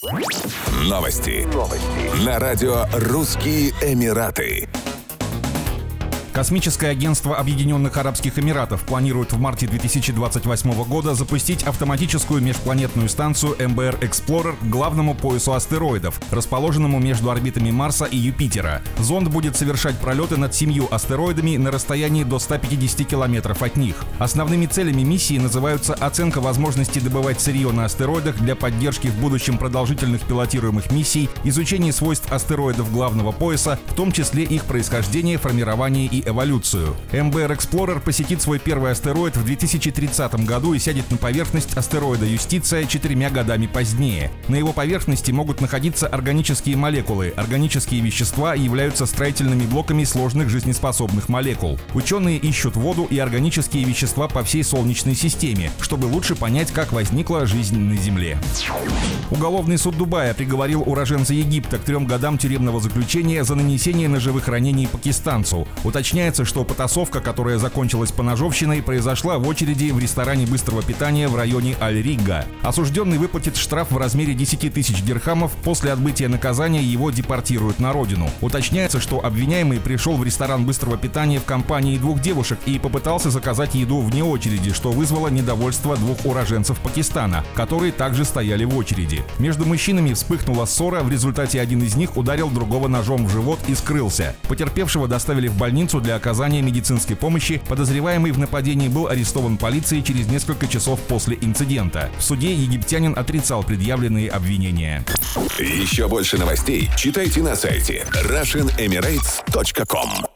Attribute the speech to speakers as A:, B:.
A: Новости. На радио «Русские Эмираты».
B: Космическое агентство Объединенных Арабских Эмиратов планирует в марте 2028 года запустить автоматическую межпланетную станцию МБР Explorer к главному поясу астероидов, расположенному между орбитами Марса и Юпитера. Зонд будет совершать пролеты над 7 астероидами на расстоянии до 150 километров от них. Основными целями миссии называются оценка возможности добывать сырье на астероидах для поддержки в будущем продолжительных пилотируемых миссий, изучение свойств астероидов главного пояса, в том числе их происхождение, формирование и эволюцию. МБР Explorer посетит свой первый астероид в 2030 году и сядет на поверхность астероида Юстиция 4 годами позднее. На его поверхности могут находиться органические молекулы. Органические вещества являются строительными блоками сложных жизнеспособных молекул. Ученые ищут воду и органические вещества по всей Солнечной системе, чтобы лучше понять, как возникла жизнь на Земле. Уголовный суд Дубая приговорил уроженца Египта к 3 годам тюремного заключения за нанесение ножевых ранений пакистанцу. Уточняется, что потасовка, которая закончилась поножовщиной, произошла в очереди в ресторане быстрого питания в районе Аль-Рига. Осужденный выплатит штраф в размере 10 тысяч дирхамов. После отбытия наказания его депортируют на родину. Уточняется, что обвиняемый пришел в ресторан быстрого питания в компании 2 девушек и попытался заказать еду вне очереди, что вызвало недовольство 2 уроженцев Пакистана, которые также стояли в очереди. Между мужчинами вспыхнула ссора, в результате один из них ударил другого ножом в живот и скрылся. Потерпевшего доставили в больницу для оказания медицинской помощи. Подозреваемый в нападении был арестован полицией через несколько часов после инцидента. В суде египтянин отрицал предъявленные обвинения.
A: Еще больше новостей читайте на сайте RussianEmirates.com.